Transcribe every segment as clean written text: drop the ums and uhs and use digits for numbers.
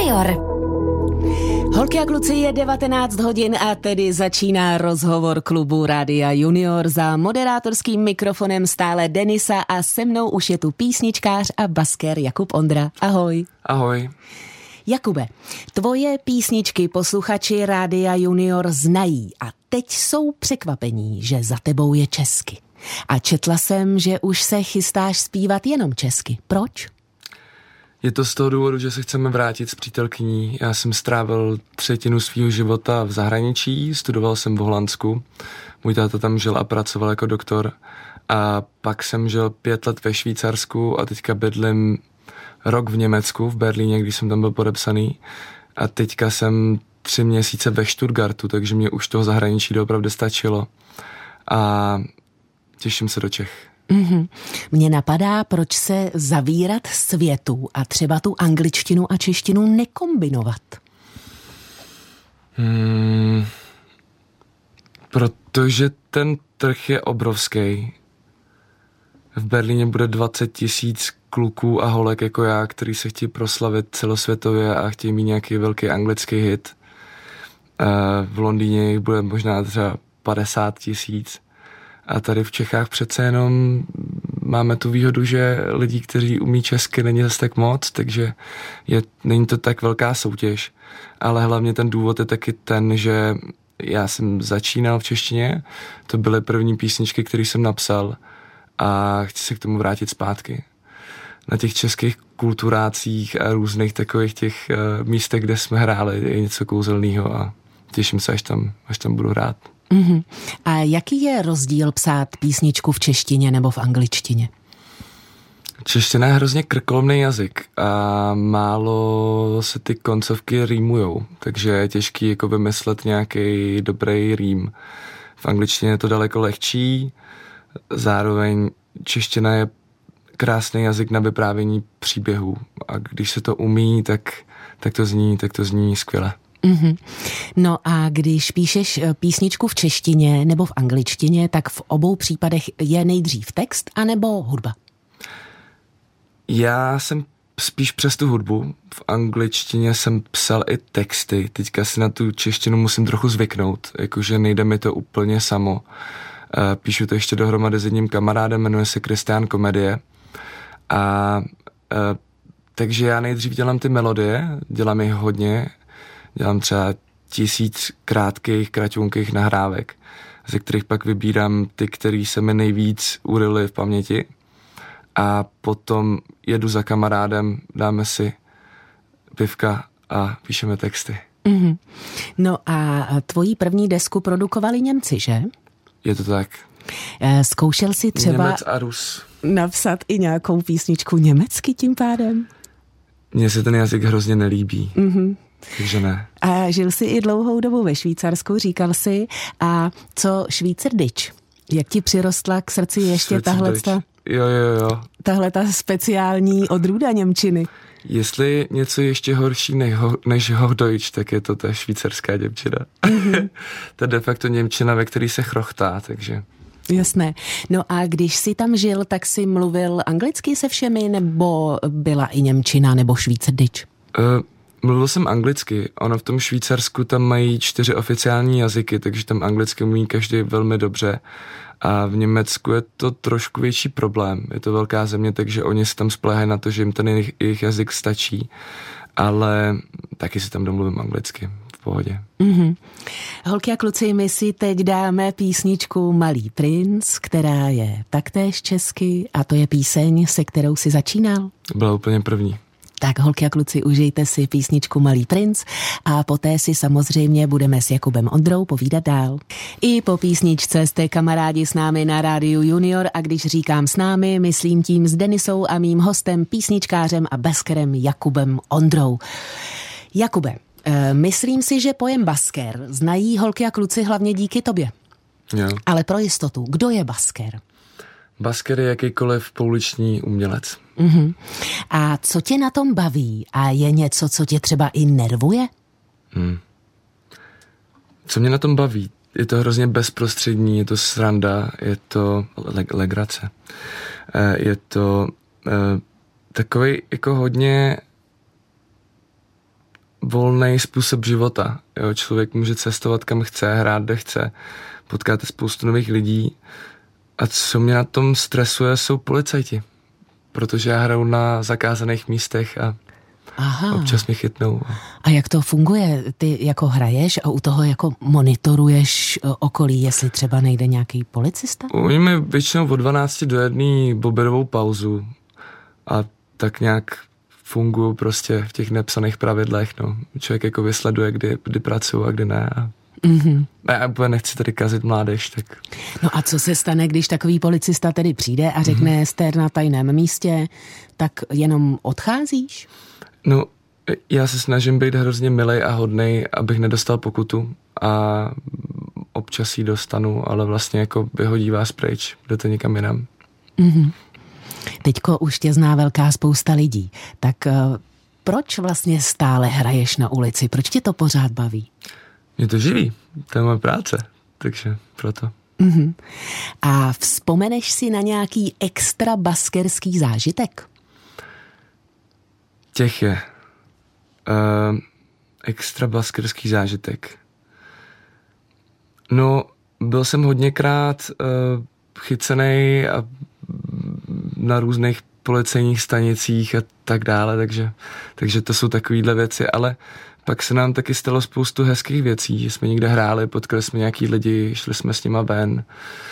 Junior. Holky a kluci, je 19 hodin a tedy začíná rozhovor klubu Rádia Junior. Za moderátorským mikrofonem stále Denisa a se mnou už je tu písničkář a baskér Jakub Ondra. Ahoj. Ahoj. Jakube, tvoje písničky posluchači Rádia Junior znají a teď jsou překvapení, že za tebou je česky. A četla jsem, že už se chystáš zpívat jenom česky. Proč? Je to z toho důvodu, že se chceme vrátit s přítelkyní. Já jsem strávil 1/3 svého života v zahraničí, studoval jsem v Holandsku. Můj táta tam žil a pracoval jako doktor. A pak jsem žil 5 let ve Švýcarsku a teďka bydlím rok v Německu, v Berlíně, když jsem tam byl podepsaný. A teďka jsem 3 měsíce ve Stuttgartu, takže mě už toho zahraničí doopravdy stačilo. A těším se do Čech. Mně napadá, proč se zavírat světu a třeba tu angličtinu a češtinu nekombinovat. Protože ten trh je obrovský. V Berlíně bude 20 000 kluků a holek jako já, který se chtějí proslavit celosvětově a chtějí mít nějaký velký anglický hit. V Londýně jich bude možná třeba 50 000. A tady v Čechách přece jenom máme tu výhodu, že lidí, kteří umí česky, není zase tak moc, takže není to tak velká soutěž. Ale hlavně ten důvod je taky ten, že já jsem začínal v češtině, to byly první písničky, které jsem napsal a chci se k tomu vrátit zpátky. Na těch českých kulturácích a různých takových těch místech, kde jsme hráli, je něco kouzelného a těším se, až tam budu hrát. A jaký je rozdíl psát písničku v češtině nebo v angličtině? Čeština je hrozně krkolomný jazyk a málo se ty koncovky rýmujou, takže je těžký jako vymyslet nějaký dobrý rým. V angličtině je to daleko lehčí, zároveň čeština je krásný jazyk na vyprávění příběhů a když se to umí, tak to zní skvěle. No a když píšeš písničku v češtině nebo v angličtině, tak v obou případech je nejdřív text anebo hudba? Já jsem spíš přes tu hudbu. V angličtině jsem psal i texty. Teďka si na tu češtinu musím trochu zvyknout, jakože nejde mi to úplně samo. Píšu to ještě dohromady s jedním kamarádem, jmenuje se Kristián Komedie. Takže já nejdřív dělám ty melodie, dělám jich hodně. Dělám třeba 1000 krátkých, kratunkých nahrávek, ze kterých pak vybírám ty, které se mi nejvíc uryly v paměti. A potom jedu za kamarádem, dáme si pivka a píšeme texty. No a tvoji první desku produkovali Němci, že? Je to tak. Zkoušel jsi třeba Němec a Rus. Napsat i nějakou písničku německy tím pádem? Mně se ten jazyk hrozně nelíbí. Takže ne. A žil jsi i dlouhou dobu ve Švýcarsku, říkal jsi. A co Švýcardič? Jak ti přirostla k srdci ještě tahleta speciální odrůda němčiny? Jestli něco ještě horší než Hochdeutsch, tak je to ta švýcarská němčina. To je de facto němčina, ve který se chrochtá, takže... Jasné. No a když jsi tam žil, tak jsi mluvil anglicky se všemi, nebo byla i němčina, nebo Švýcardič? Mluvil jsem anglicky. Ono v tom Švýcarsku tam mají 4 oficiální jazyky, takže tam anglicky umí každý velmi dobře. A v Německu je to trošku větší problém. Je to velká země, takže oni se tam spoléhají na to, že jim ten jejich jazyk stačí. Ale taky si tam domluvím anglicky. V pohodě. Holky a kluci, my si teď dáme písničku Malý princ, která je taktéž česky a to je píseň, se kterou si začínal. Byla úplně první. Tak holky a kluci, užijte si písničku Malý princ a poté si samozřejmě budeme s Jakubem Ondrou povídat dál. I po písničce jste kamarádi s námi na Rádiu Junior a když říkám s námi, myslím tím s Denisou a mým hostem, písničkářem a baskerem Jakubem Ondrou. Jakube, myslím si, že pojem basker znají holky a kluci hlavně díky tobě. Jo. Ale pro jistotu, kdo je basker? Basker je jakýkoliv pouliční umělec. A co tě na tom baví? A je něco, co tě třeba i nervuje? Co mě na tom baví? Je to hrozně bezprostřední, je to sranda, je to legrace. Je to takový jako hodně volný způsob života. Jo, člověk může cestovat kam chce, hrát kde chce, potkáte spoustu nových lidí. A co mě na tom stresuje, jsou policajti. Protože já hraju na zakázaných místech a občas mě chytnou. A jak to funguje? Ty jako hraješ a u toho jako monitoruješ okolí, jestli třeba nejde nějaký policista? Oni mi většinou od 12 do 1 obědovou pauzu a tak nějak fungují prostě v těch nepsaných pravidlech. No. Člověk jako vysleduje, kdy pracuju a kdy ne. Já úplně nechci tady kazit mládež. Tak. No a co se stane, když takový policista tedy přijde a řekne, jste na tajném místě, tak jenom odcházíš? No, já se snažím být hrozně milej a hodnej, abych nedostal pokutu a občas ji dostanu, ale vlastně jako vyhodí vás pryč, jdete někam jinam. Teďko už tě zná velká spousta lidí, tak proč vlastně stále hraješ na ulici? Proč tě to pořád baví? Mě to živí, to je moje práce, takže proto. A vzpomeneš si na nějaký extra baskerský zážitek? Těch je. Extra baskerský zážitek. No, byl jsem hodněkrát chycenej a na různých policejních stanicích a tak dále, takže to jsou takovýhle věci, ale pak se nám taky stalo spoustu hezkých věcí, že jsme někde hráli, potkali jsme nějaký lidi, šli jsme s nima ven.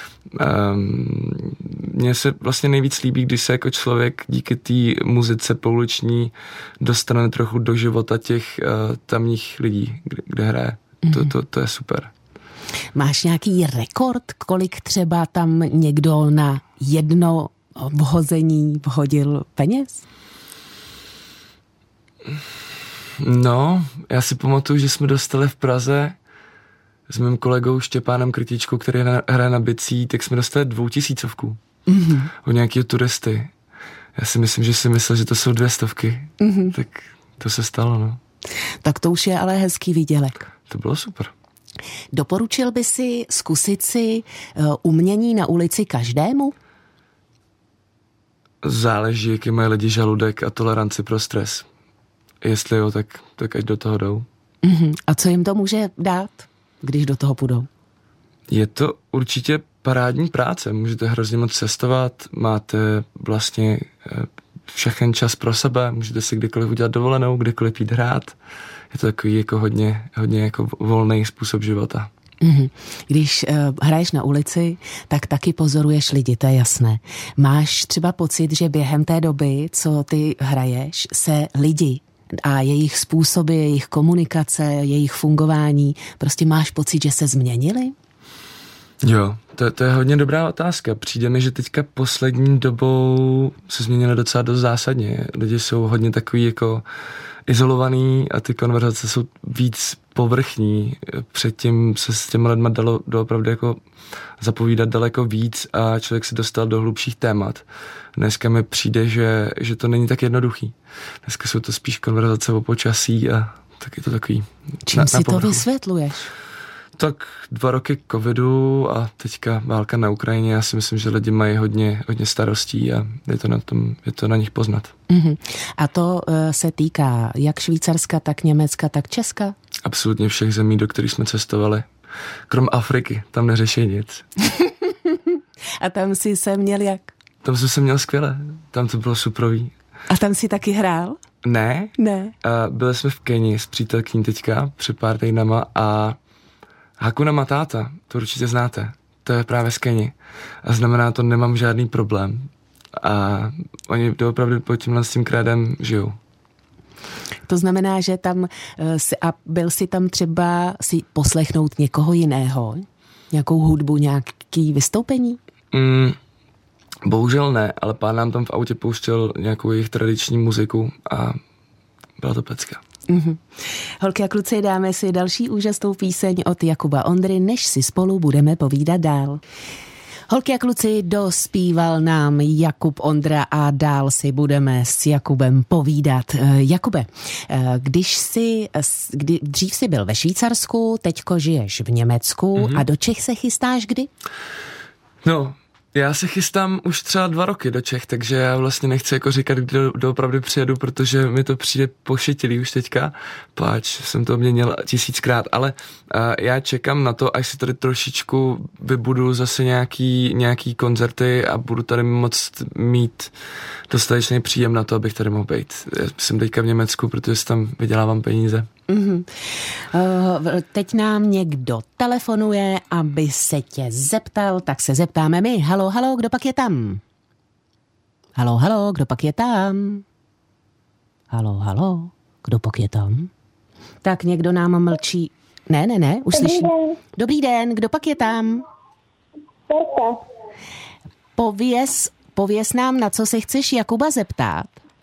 Mně se vlastně nejvíc líbí, když se jako člověk díky té muzice pouliční dostane trochu do života těch tamních lidí, kde hraje. To je super. Máš nějaký rekord, kolik třeba tam někdo na jedno vhození vhodil peněz? No, já si pamatuju, že jsme dostali v Praze s mým kolegou Štěpánem Krtičkou, který hraje na bicí, tak jsme dostali 2000 od nějakého turisty. Já si myslím, že si myslel, že to jsou 200. Tak to se stalo, no. Tak to už je ale hezký výdělek. To bylo super. Doporučil by si zkusit si umění na ulici každému? Záleží, jaký mají lidi žaludek a toleranci pro stres. Jestli jo, tak ať do toho jdou. A co jim to může dát, když do toho půjdou? Je to určitě parádní práce. Můžete hrozně moc cestovat, máte vlastně všechen čas pro sebe, můžete si kdykoliv udělat dovolenou, kdykoliv jít hrát. Je to takový jako hodně jako volný způsob života. Když hraješ na ulici, tak taky pozoruješ lidi, to je jasné. Máš třeba pocit, že během té doby, co ty hraješ, se lidi a jejich způsoby, jejich komunikace, jejich fungování, prostě máš pocit, že se změnili? Jo, to je hodně dobrá otázka. Přijde mi, že teďka poslední dobou se změnilo docela dost zásadně. Lidi jsou hodně takový jako izolovaný a ty konverzace jsou víc povrchní. Předtím se s těmi lidmi dalo doopravdy jako zapovídat daleko víc a člověk se dostal do hlubších témat. Dneska mi přijde, že to není tak jednoduchý. Dneska jsou to spíš konverzace o počasí a tak je to takový. Čím si to vysvětluješ? Tak 2 roky covidu a teďka válka na Ukrajině. Já si myslím, že lidi mají hodně starostí a je to na nich poznat. A to se týká jak Švýcarska, tak Německa, tak Česka? Absolutně všech zemí, do kterých jsme cestovali. Krom Afriky, tam neřeší nic. A tam jsi se měl jak? Tam jsem se měl skvěle, tam to bylo suprový. A tam jsi taky hrál? Ne. Byli jsme v Keni s přítelkyní teďka před pár týdnama a Hakuna Matata, to určitě znáte, to je právě z Keni a znamená to, nemám žádný problém a oni opravdu pod tímhle s tím krédem žijou. To znamená, že tam byl si tam třeba si poslechnout někoho jiného, nějakou hudbu, nějaký vystoupení? Bohužel ne, ale pán nám tam v autě pouštěl nějakou jejich tradiční muziku a byla to pecka. Holky a kluci, dáme si další úžasnou píseň od Jakuba Ondry, než si spolu budeme povídat dál. Holky a kluci, dospíval nám Jakub Ondra a dál si budeme s Jakubem povídat. Jakube, dřív jsi byl ve Švýcarsku, teďko žiješ v Německu a do Čech se chystáš kdy? No, Já se chystám už třeba 2 roky do Čech, takže já vlastně nechci jako říkat, kdy doopravdy přijedu, protože mi to přijde pošetilý už teďka, páč, jsem to měnil 1000krát, ale já čekám na to, až si tady trošičku vybudu zase nějaký koncerty a budu tady moct mít dostatečný příjem na to, abych tady mohl být. Já jsem teďka v Německu, protože si tam vydělávám peníze. Mm-hmm. Teď nám někdo telefonuje, aby se tě zeptal, tak se zeptáme my. Halo, kdo pak je tam? Halo, kdo pak je tam? Halo, kdo pak je tam? Tak někdo nám mlčí. Ne, už slyším. Dobrý den, kdo pak je tam? Pověz nám, na co se chceš Jakuba zeptat.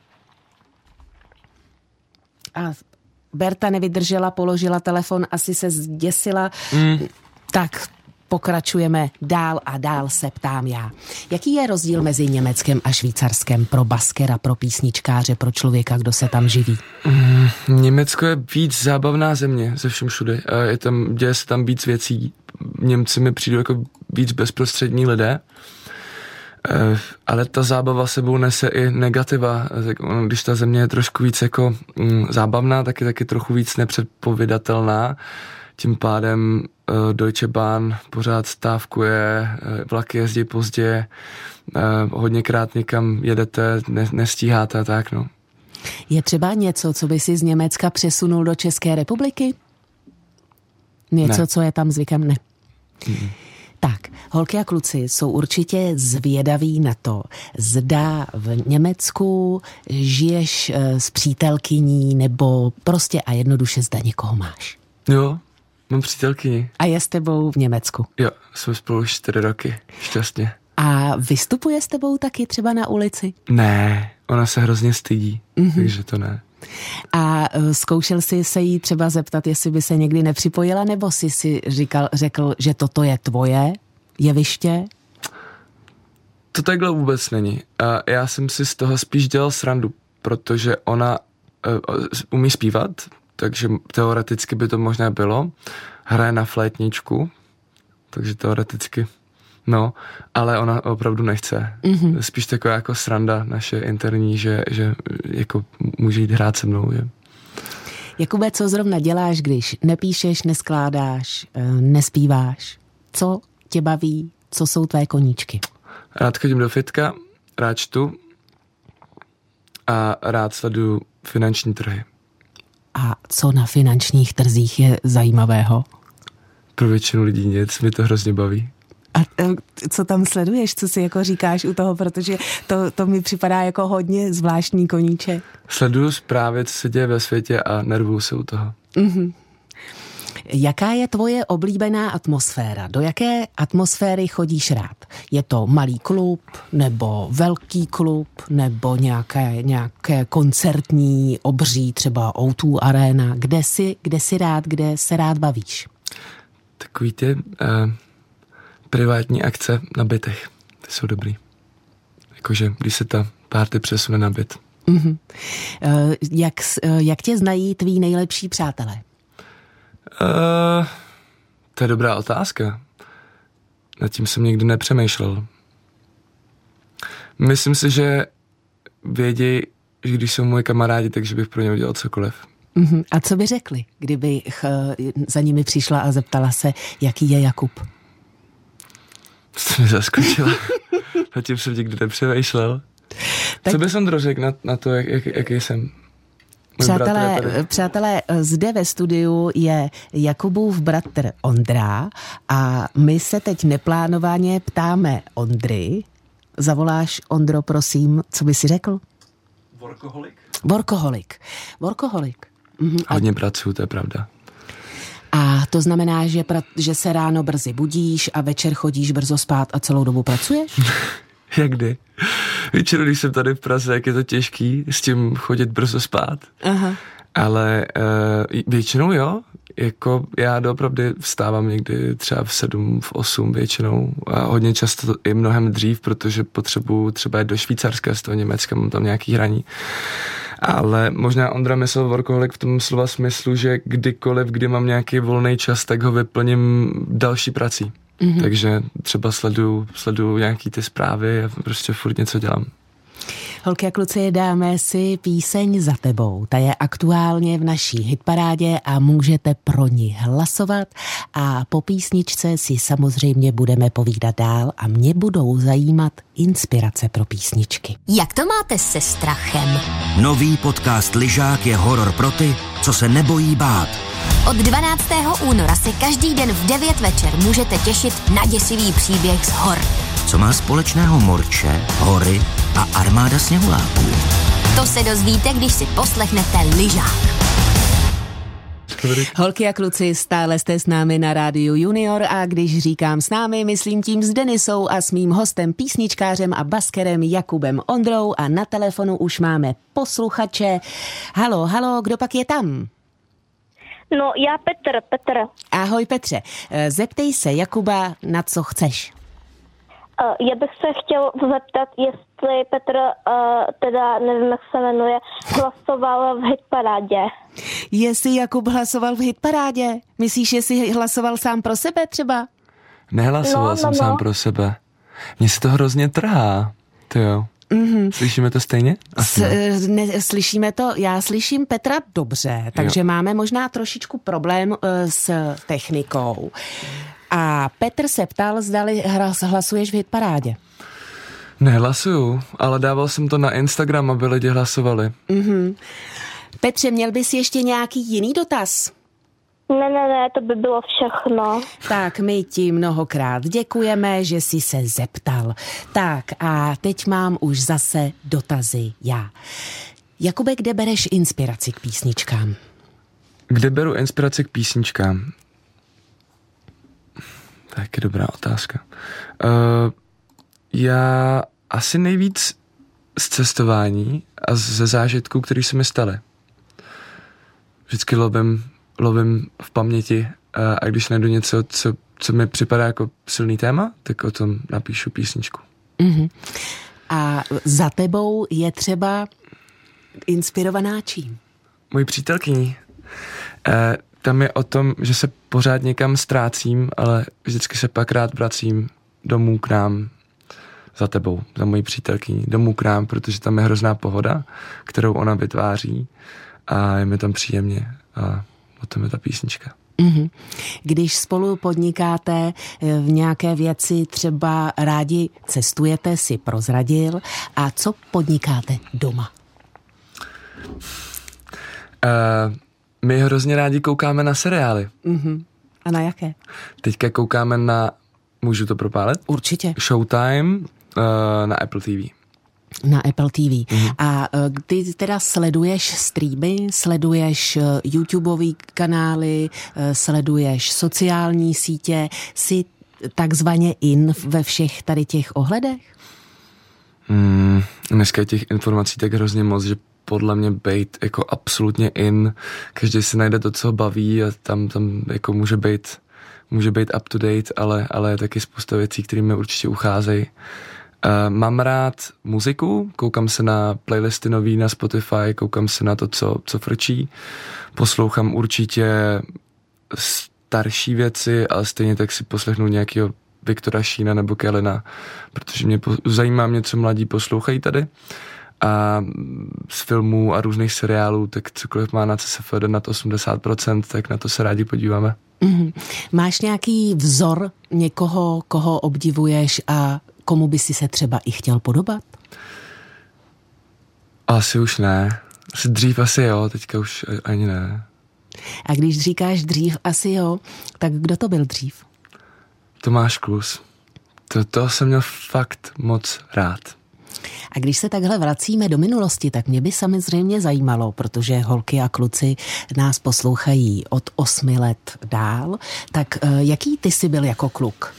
A Berta nevydržela, položila telefon, asi se zděsila. Tak pokračujeme dál a dál se ptám já. Jaký je rozdíl mezi Německem a Švýcarskem pro baskera, pro písničkáře, pro člověka, kdo se tam živí? Německo je víc zábavná země ze všem všude. Děje se tam víc věcí. Němci mi přijdou jako víc bezprostřední lidé. Ale ta zábava sebou nese i negativa. Když ta země je trošku víc jako zábavná, tak je taky trochu víc nepředpovědatelná. Tím pádem Deutsche Bahn pořád stávkuje, vlaky jezdí pozdě, hodněkrát někam jedete, nestíháte a tak, no. Je třeba něco, co by si z Německa přesunul do České republiky? Něco, ne. Co je tam zvykem? Ne. Tak, holky a kluci jsou určitě zvědaví na to, zda v Německu žiješ s přítelkyní nebo prostě a jednoduše zda někoho máš. Jo, mám přítelkyni. A je s tebou v Německu? Jo, jsme spolu už 4 roky, šťastně. A vystupuje s tebou taky třeba na ulici? Ne, ona se hrozně stydí, takže to ne. A zkoušel jsi se jí třeba zeptat, jestli by se někdy nepřipojila, nebo jsi si řekl, že toto je tvoje jeviště? To takhle vůbec není. A já jsem si z toho spíš dělal srandu, protože ona umí zpívat, takže teoreticky by to možná bylo. Hraje na flétničku, takže teoreticky no, ale ona opravdu nechce. Spíš taková jako sranda naše interní, že jako může jít hrát se mnou. Je. Jakube, co zrovna děláš, když nepíšeš, neskládáš, nespíváš? Co tě baví? Co jsou tvé koníčky? Rád chodím do fitka, rád čtu a rád sleduju finanční trhy. A co na finančních trzích je zajímavého? Pro většinu lidí nic, mi to hrozně baví. A co tam sleduješ, co si jako říkáš u toho, protože to mi připadá jako hodně zvláštní koníček. Sleduju zprávy, co se děje ve světě a nervuju se u toho. Jaká je tvoje oblíbená atmosféra? Do jaké atmosféry chodíš rád? Je to malý klub, nebo velký klub, nebo nějaké koncertní obří, třeba O2 Arena? Kde jsi rád, kde se rád bavíš? Takový ty privátní akce na bytech, ty jsou dobrý. Jakože, když se ta party přesune na byt. Jak tě znají tví nejlepší přátelé? To je dobrá otázka. Nad tím jsem nikdy nepřemýšlel. Myslím si, že vědí, že když jsou moji kamarádi, takže bych pro ně udělal cokoliv. A co by řekli, kdybych za nimi přišla a zeptala se, jaký je Jakub? Jste mi zaskočila. Nad tím jsem nikdy nepřemýšlel. Tak... Co by Sondro řekl na to, jaký jsem? Přátelé, zde ve studiu je Jakubův bratr Ondra a my se teď neplánovaně ptáme Ondry. Zavoláš, Ondro, prosím, co by si řekl? Workoholik. Hodně pracuju, to je pravda. A to znamená, že se ráno brzy budíš a večer chodíš brzo spát a celou dobu pracuješ? Jak kdy? Většinou, když jsem tady v Praze, jak je to těžký s tím chodit brzo spát. Aha. Ale většinou jo. Jako já doopravdy vstávám někdy třeba v 7, v 8 většinou a hodně často i mnohem dřív, protože potřebuju třeba jít do Švýcarska z toho Německa, mám tam nějaký hraní. Ale možná Ondra myslel workoholik v tom slova smyslu, že kdykoliv, kdy mám nějaký volný čas, tak ho vyplním další prací. Takže třeba sleduju nějaký ty zprávy a prostě furt něco dělám. Holky a kluci, dáme si píseň Za tebou. Ta je aktuálně v naší hitparádě a můžete pro ní hlasovat. A po písničce si samozřejmě budeme povídat dál a mě budou zajímat inspirace pro písničky. Jak to máte se strachem? Nový podcast Lyžák je horor pro ty, co se nebojí bát. Od 12. února se každý den v 9 večer můžete těšit na děsivý příběh z hor. Co má společného morče, hory a armáda sněhuláků? To se dozvíte, když si poslechnete Lyžák. Holky a kluci, stále jste s námi na rádiu Junior a když říkám s námi, myslím tím s Denisou a s mým hostem, písničkářem a baskerem Jakubem Ondrou a na telefonu už máme posluchače. Halo, kdo pak je tam? No, já Petr. Ahoj Petře, zeptej se Jakuba, na co chceš. Já bych se chtěl zeptat, jestli Petr, teda nevím, jak se jmenuje, hlasoval v hitparádě. Jestli Jakub hlasoval v hitparádě? Myslíš, jestli hlasoval sám pro sebe třeba? Nehlasoval jsem sám pro sebe. Mně se to hrozně trhá. Ty jo. Slyšíme to stejně? Slyšíme to, já slyším Petra dobře, takže máme možná trošičku problém s technikou. A Petr se ptal, zdali hlasuješ v hitparádě. Nehlasuju, ale dával jsem to na Instagram, aby lidi hlasovali. Petře, měl bys ještě nějaký jiný dotaz? Ne, to by bylo všechno. Tak my ti mnohokrát děkujeme, že jsi se zeptal. Tak a teď mám už zase dotazy já. Jakube, kde bereš inspiraci k písničkám? Kde beru inspiraci k písničkám? Tak je dobrá otázka. Já asi nejvíc z cestování a ze zážitků, který se mi staly. Vždycky lovím v paměti a když najdu něco, co mi připadá jako silný téma, tak o tom napíšu písničku. A za tebou je třeba inspirovaná čím? Mojí přítelkyní. Tam je o tom, že se pořád někam ztrácím, ale vždycky se pak rád vracím domů k nám za tebou, za mojí přítelkyní. Domů k nám, protože tam je hrozná pohoda, kterou ona vytváří a je mi tam příjemně a o tom je ta písnička. Když spolu podnikáte v nějaké věci, třeba rádi cestujete, si prozradil, a co podnikáte doma? My hrozně rádi koukáme na seriály. A na jaké? Teďka koukáme na, můžu to propálit? Určitě. Showtime na Apple TV. Na Apple TV. A ty teda sleduješ streamy, sleduješ YouTubeový kanály, sleduješ sociální sítě, jsi takzvaně in ve všech tady těch ohledech? Dneska je těch informací tak hrozně moc, že podle mě bejt jako absolutně in. Každý si najde to, co ho baví a tam jako může být up to date, ale je taky spousta věcí, které mě určitě ucházejí. Mám rád muziku, koukám se na playlisty nový na Spotify, koukám se na to, co frčí. Poslouchám určitě starší věci, ale stejně tak si poslechnu nějakého Viktora Šína nebo Kellyna, protože mě zajímá mě, co mladí poslouchají tady. A z filmů a různých seriálů, tak cokoliv má na CSFD nad 80%, tak na to se rádi podíváme. Máš nějaký vzor někoho, koho obdivuješ a komu by si se třeba i chtěl podobat? Asi už ne. Dřív asi jo, teďka už ani ne. A když říkáš dřív asi jo, tak kdo to byl dřív? Tomáš Klus. To jsem měl fakt moc rád. A když se takhle vracíme do minulosti, tak mě by samozřejmě zajímalo, protože holky a kluci nás poslouchají od 8 let dál, tak jaký ty jsi byl jako kluk?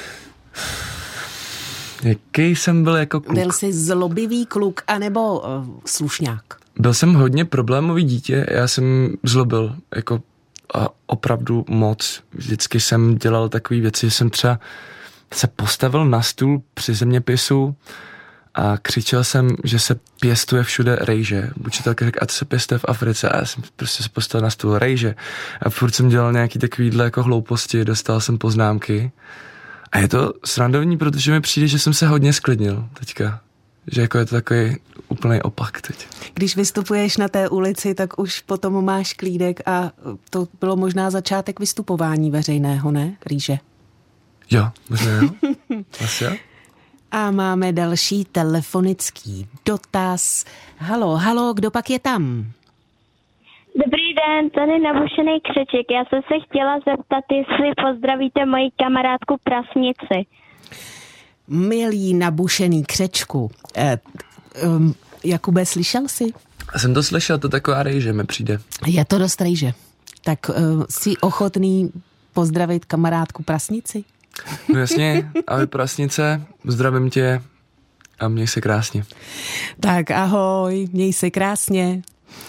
Jaký jsem byl jako kluk? Byl jsi zlobivý kluk anebo slušňák? Byl jsem hodně problémový dítě, já jsem zlobil jako opravdu moc. Vždycky jsem dělal takové věci, že jsem třeba se postavil na stůl při zeměpisu a křičel jsem, že se pěstuje všude rejže. Učitelka řekla, a co se pěstuje v Africe? A já jsem prostě se postavil na stůl rejže. A furt jsem dělal nějaký takovýhle jako hlouposti, dostal jsem poznámky A je to srandovní, protože mi přijde, že jsem se hodně sklidnil teďka. Že jako je to takový úplný opak teď. Když vystupuješ na té ulici, tak už potom máš klídek a to bylo možná začátek vystupování veřejného, ne, Rýže? Jo, možná jo. Asi jo. A máme další telefonický dotaz. Halo, kdo pak je tam? Dobrý den, tady nabušený Křeček. Já jsem se chtěla zeptat, jestli pozdravíte moji kamarádku Prasnici. Milý nabušený Křečku. Jakube, slyšel jsi? Jsem to slyšel, to taková rejže mi přijde. Je to dost rejže. Tak jsi ochotný pozdravit kamarádku Prasnici? No jasně, ahoj Prasnice, zdravím tě a měj se krásně. Tak ahoj, měj se krásně.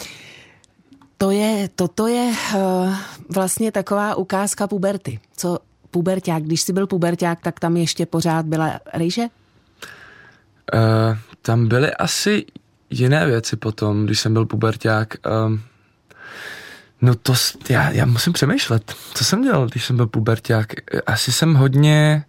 Toto je vlastně taková ukázka puberty. Co puberťák, když jsi byl puberťák, tak tam ještě pořád byla rejže? Tam byly asi jiné věci potom, když jsem byl puberťák. No to, já musím přemýšlet, co jsem dělal, když jsem byl puberťák. Asi jsem hodně...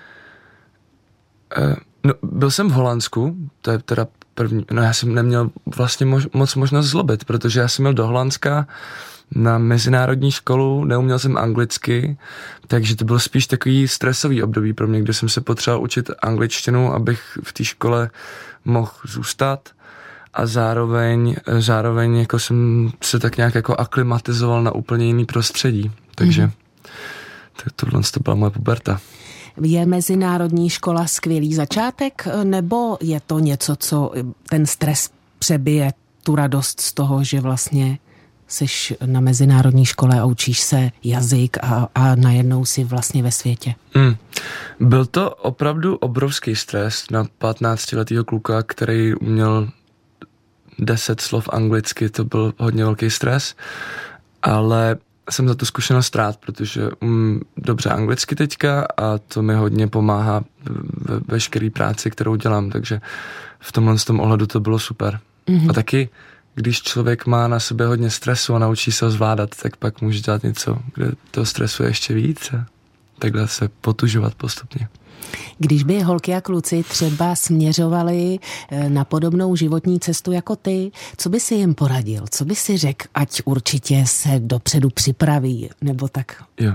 No, byl jsem v Holandsku, to je teda první, no já jsem neměl vlastně moc možnost zlobit, protože já jsem měl do Holandska na mezinárodní školu, neuměl jsem anglicky, takže to bylo spíš takový stresový období pro mě, kde jsem se potřeboval učit angličtinu, abych v té škole mohl zůstat a zároveň jako jsem se tak nějak jako aklimatizoval na úplně jiný prostředí, takže tohle to byla moje puberta. Je mezinárodní škola skvělý začátek, nebo je to něco, co ten stres přebije tu radost z toho, že vlastně jsi na mezinárodní škole a učíš se jazyk a najednou si vlastně ve světě? Byl to opravdu obrovský stres na 15letýho kluka, který uměl 10 slov anglicky, to byl hodně velký stres, ale jsem za tu zkušenost rád, protože dobře anglicky teďka a to mi hodně pomáhá ve veškeré práci, kterou dělám, takže v tomhle ohledu to bylo super. A taky, když člověk má na sobě hodně stresu a naučí se ho zvládat, tak pak může dělat něco, kde toho stresu je ještě víc a takhle se potužovat postupně. Když by holky a kluci třeba směřovali na podobnou životní cestu jako ty, co by si jim poradil? Co by si řekl, ať určitě se dopředu připraví? Nebo tak? Jo,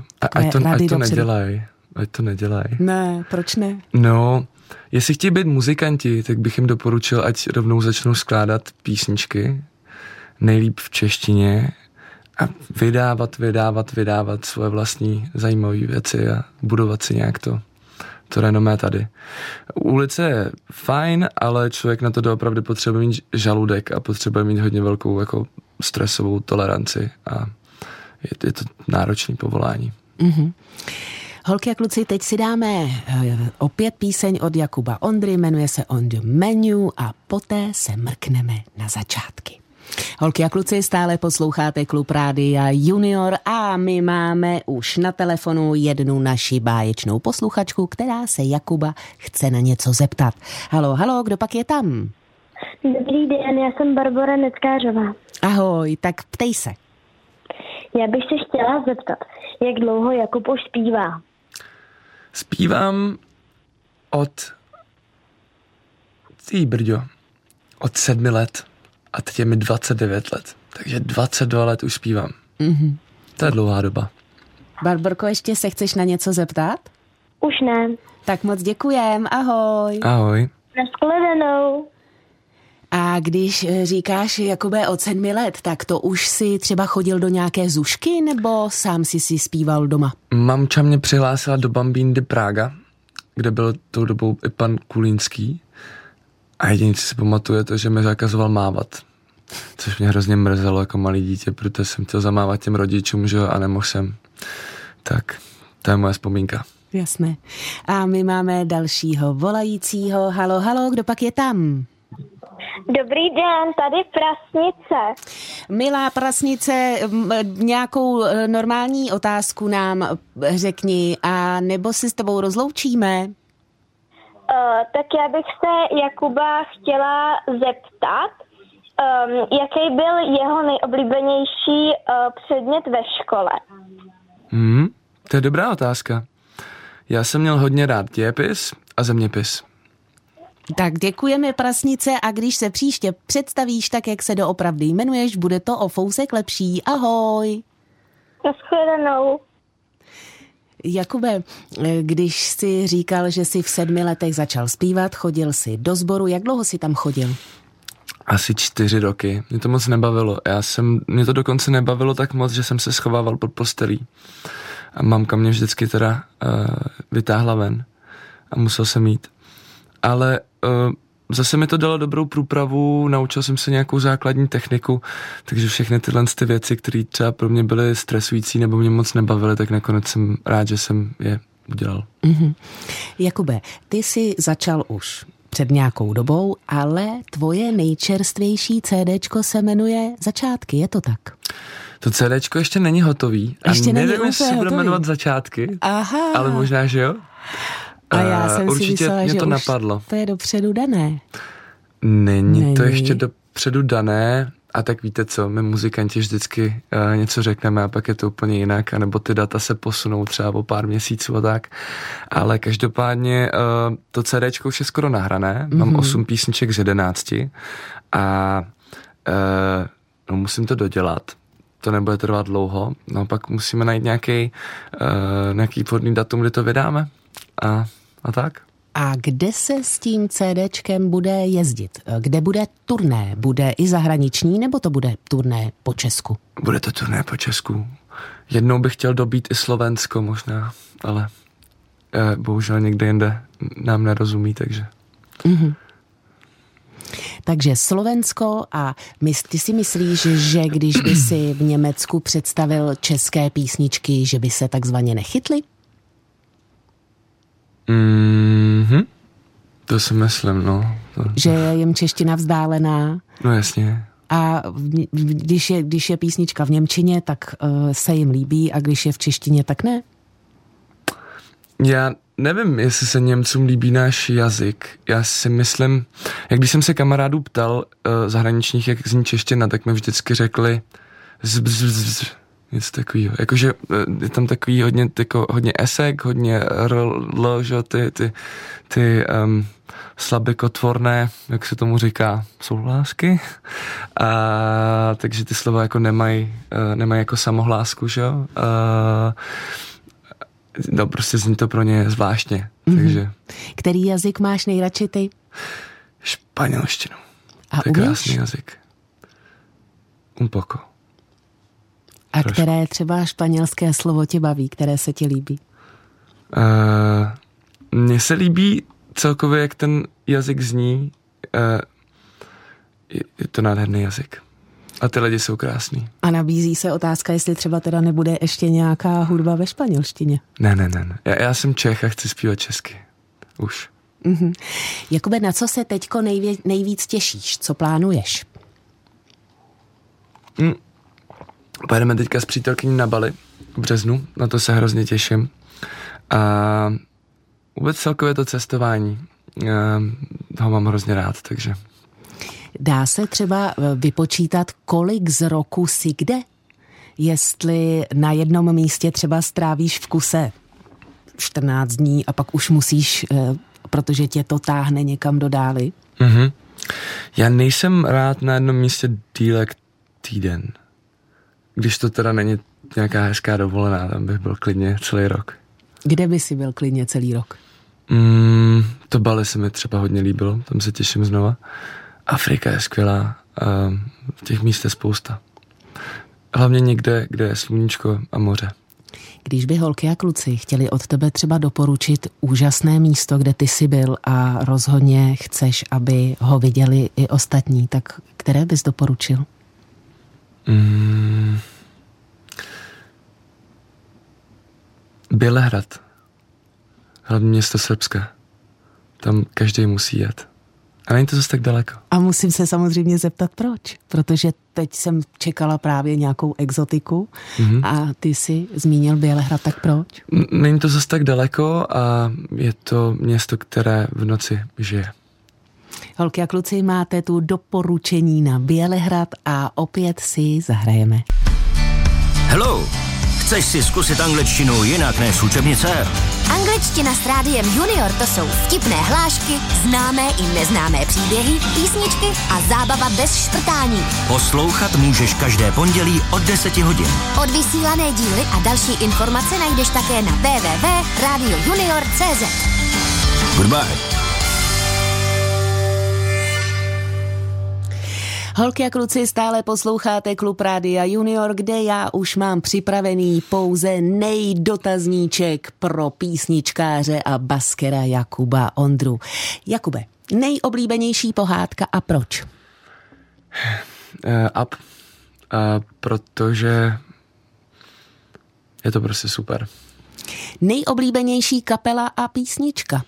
ať to nedělají. Ne, proč ne? No, jestli chtějí být muzikanti, tak bych jim doporučil, ať rovnou začnou skládat písničky, nejlíp v češtině a vydávat svoje vlastní zajímavé věci a budovat si nějak to renomé tady. Ulice je fajn, ale člověk na to doopravdy potřebuje mít žaludek a potřebuje mít hodně velkou jako stresovou toleranci a je to náročný povolání. Holky a kluci, teď si dáme opět píseň od Jakuba Ondry, jmenuje se On the Menu a poté se mrkneme na začátky. Holky a kluci, stále posloucháte Klub Rádia Junior a my máme už na telefonu jednu naši báječnou posluchačku, která se Jakuba chce na něco zeptat. Halo, kdo pak je tam? Dobrý den, já jsem Barbora Neckářová. Ahoj, tak ptej se. Já bych se chtěla zeptat, jak dlouho Jakub už zpívá? Zpívám od 7 let. A teď je mi 29 let, takže 22 let už zpívám. To je dlouhá doba. Barborko, ještě se chceš na něco zeptat? Už ne. Tak moc děkujem, ahoj. Ahoj. Nashledanou. A když říkáš Jakube od 7 let, tak to už si třeba chodil do nějaké zušky, nebo sám si zpíval doma? Mamča mě přihlásila do Bambín de Praga, kde byl tou dobou i pan Kulínský. A jedině, co si pamatuje, to, že mi zakazoval mávat. Což mě hrozně mrzelo jako malý dítě, protože jsem chtěl zamávat těm rodičům, že jo, a nemohl jsem. Tak, to je moje vzpomínka. Jasné. A my máme dalšího volajícího. Halo, kdo pak je tam? Dobrý den, tady Prasnice. Milá Prasnice, nějakou normální otázku nám řekni, a nebo si s tebou rozloučíme? Tak já bych se Jakuba chtěla zeptat, jaký byl jeho nejoblíbenější předmět ve škole? To je dobrá otázka. Já jsem měl hodně rád dějepis a zeměpis. Tak děkujeme, Prasnice, a když se příště představíš tak, jak se doopravdy jmenuješ, bude to o fousek lepší. Ahoj. Naschledanou. Jakube, když jsi říkal, že jsi v 7 letech začal zpívat, chodil jsi do sboru, jak dlouho jsi tam chodil? Asi 4 roky. Mě to moc nebavilo. Mě to dokonce nebavilo tak moc, že jsem se schovával pod postelí. A mamka mě vždycky teda vytáhla ven a musel jsem jít. Ale zase mi to dalo dobrou průpravu, naučil jsem se nějakou základní techniku, takže všechny tyhle věci, které třeba pro mě byly stresující nebo mě moc nebavily, tak nakonec jsem rád, že jsem je udělal. Mm-hmm. Jakube, ty jsi začal už před nějakou dobou, ale tvoje nejčerstvější CDčko se jmenuje Začátky, je to tak? To CDčko ještě není hotový. Ještě nevím, jestli se bude jmenovat Začátky, ale možná, že jo. A já jsem si myslela, že to už napadlo. To je dopředu dané. Není to ještě dopředu dané. A tak víte co, my muzikanti vždycky něco řekneme a pak je to úplně jinak, anebo ty data se posunou třeba o pár měsíců a tak. Ale každopádně to CDčko už je skoro nahrané. Mám 8 písniček z 11 a musím to dodělat. To nebude trvat dlouho. No pak musíme najít nějaký vhodný datum, kdy to vydáme. A tak. A kde se s tím CDčkem bude jezdit? Kde bude turné? Bude i zahraniční, nebo to bude turné po Česku? Bude to turné po Česku. Jednou bych chtěl dobít i Slovensko možná, ale bohužel někde jinde nám nerozumí, takže... Mm-hmm. Takže Slovensko a ty si myslíš, že když by si v Německu představil české písničky, že by se takzvaně nechytly? To si myslím, no. Že je jim čeština vzdálená. No jasně. A když je písnička v němčině, tak se jim líbí, a když je v češtině, tak ne? Já nevím, jestli se Němcům líbí náš jazyk. Já si myslím, jak když jsem se kamarádů ptal zahraničních, jak zní čeština, tak mi vždycky řekli něco takového. Jakože je tam takový hodně esek, hodně ty slabikotvorné, jak se tomu říká, souhlásky. A takže ty slova jako nemají jako samohlásku, že jo? No prostě zní to pro ně zvláštně. Takže. Který jazyk máš nejradši ty? Španělštinu. A to je krásný jazyk. Un poco. A trošku. Které třeba španělské slovo tě baví, které se ti líbí? Mně se líbí celkově, jak ten jazyk zní. Je to nádherný jazyk. A ty lidi jsou krásný. A nabízí se otázka, jestli třeba teda nebude ještě nějaká hudba ve španělštině. Ne. Já jsem Čech a chci zpívat česky. Už. Mm-hmm. Jakube, na co se teďko nejvíc těšíš? Co plánuješ? Pojedeme teďka s přítelkyní na Bali v březnu. Na to se hrozně těším. A vůbec celkově to cestování. Ho mám hrozně rád, takže... Dá se třeba vypočítat, kolik z roku jsi kde? Jestli na jednom místě třeba strávíš v kuse 14 dní a pak už musíš, protože tě to táhne někam do dály? Mm-hmm. Já nejsem rád na jednom místě díl jak týden. Když to teda není nějaká hezká dovolená, tam bych byl klidně celý rok. Kde by si byl klidně celý rok? To Bali se mi třeba hodně líbilo, tam se těším znova. Afrika je skvělá, těch míst je spousta. Hlavně někde, kde je sluníčko a moře. Když by holky a kluci chtěli od tebe třeba doporučit úžasné místo, kde ty jsi byl a rozhodně chceš, aby ho viděli i ostatní, tak které bys doporučil? Bělehrad. Hlavní město Srbska. Tam každý musí jet. A není to zase tak daleko. A musím se samozřejmě zeptat, proč? Protože teď jsem čekala právě nějakou exotiku a ty jsi zmínil Bělehrad, tak proč? Není to zase tak daleko a je to město, které v noci žije. Holky a kluci, máte tu doporučení na Bělehrad a opět si zahrajeme. Hello! Chceš si zkusit angličtinu jinak než z učebnice? Angličtina s Rádiem Junior, to jsou vtipné hlášky, známé i neznámé příběhy, písničky a zábava bez šprtání. Poslouchat můžeš každé pondělí od 10 hodin. Odvysílané díly a další informace najdeš také na www.radiojunior.cz. Goodbye. Holky a kluci, stále posloucháte Klub Rádia Junior, kde já už mám připravený pouze nejdotazníček pro písničkáře a baskera Jakuba Ondru. Jakube, nejoblíbenější pohádka a proč? Up. Protože je to prostě super. Nejoblíbenější kapela a písnička?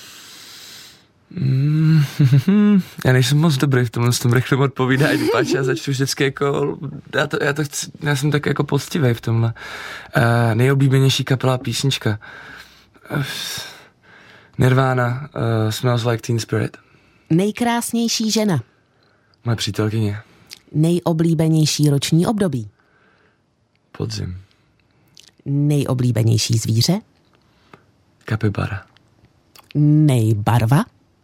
Já nejsem moc dobrý v tomhle, s tom rychlým odpovídání, páč, já začnu vždycky jako, já jsem tak jako poctivý v tomhle. Nejoblíbenější kapela a písnička. Nirvana, Smells Like Teen Spirit. Nejkrásnější žena? Moje přítelkyně. Nejoblíbenější roční období? Podzim. Nejoblíbenější zvíře? Kapibara. Nejbarva?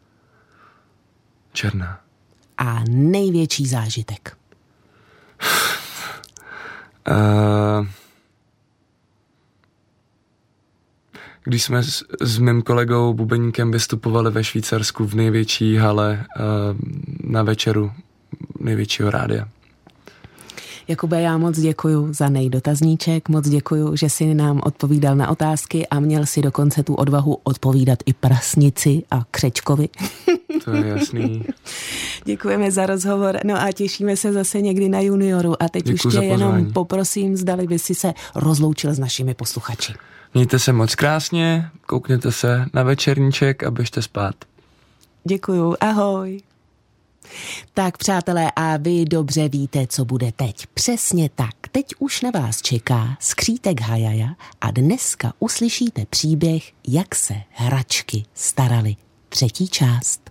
Černá. A největší zážitek? Když jsme s mým kolegou bubeníkem vystupovali ve Švýcarsku v největší hale na večeru největšího rádia. Jakube, já moc děkuju za nejdotazníček, moc děkuju, že jsi nám odpovídal na otázky a měl si dokonce tu odvahu odpovídat i prasnici a křečkovi. To je jasný. Děkujeme za rozhovor, no a těšíme se zase někdy na Junioru a teď Děkuju už tě jenom poprosím, zdali by si se rozloučil s našimi posluchači. Mějte se moc krásně, koukněte se na večerníček a běžte spát. Děkuju, ahoj. Tak přátelé, a vy dobře víte, co bude teď. Přesně tak, teď už na vás čeká Skřítek Hajaja a dneska uslyšíte příběh, jak se hračky staraly. 3. část.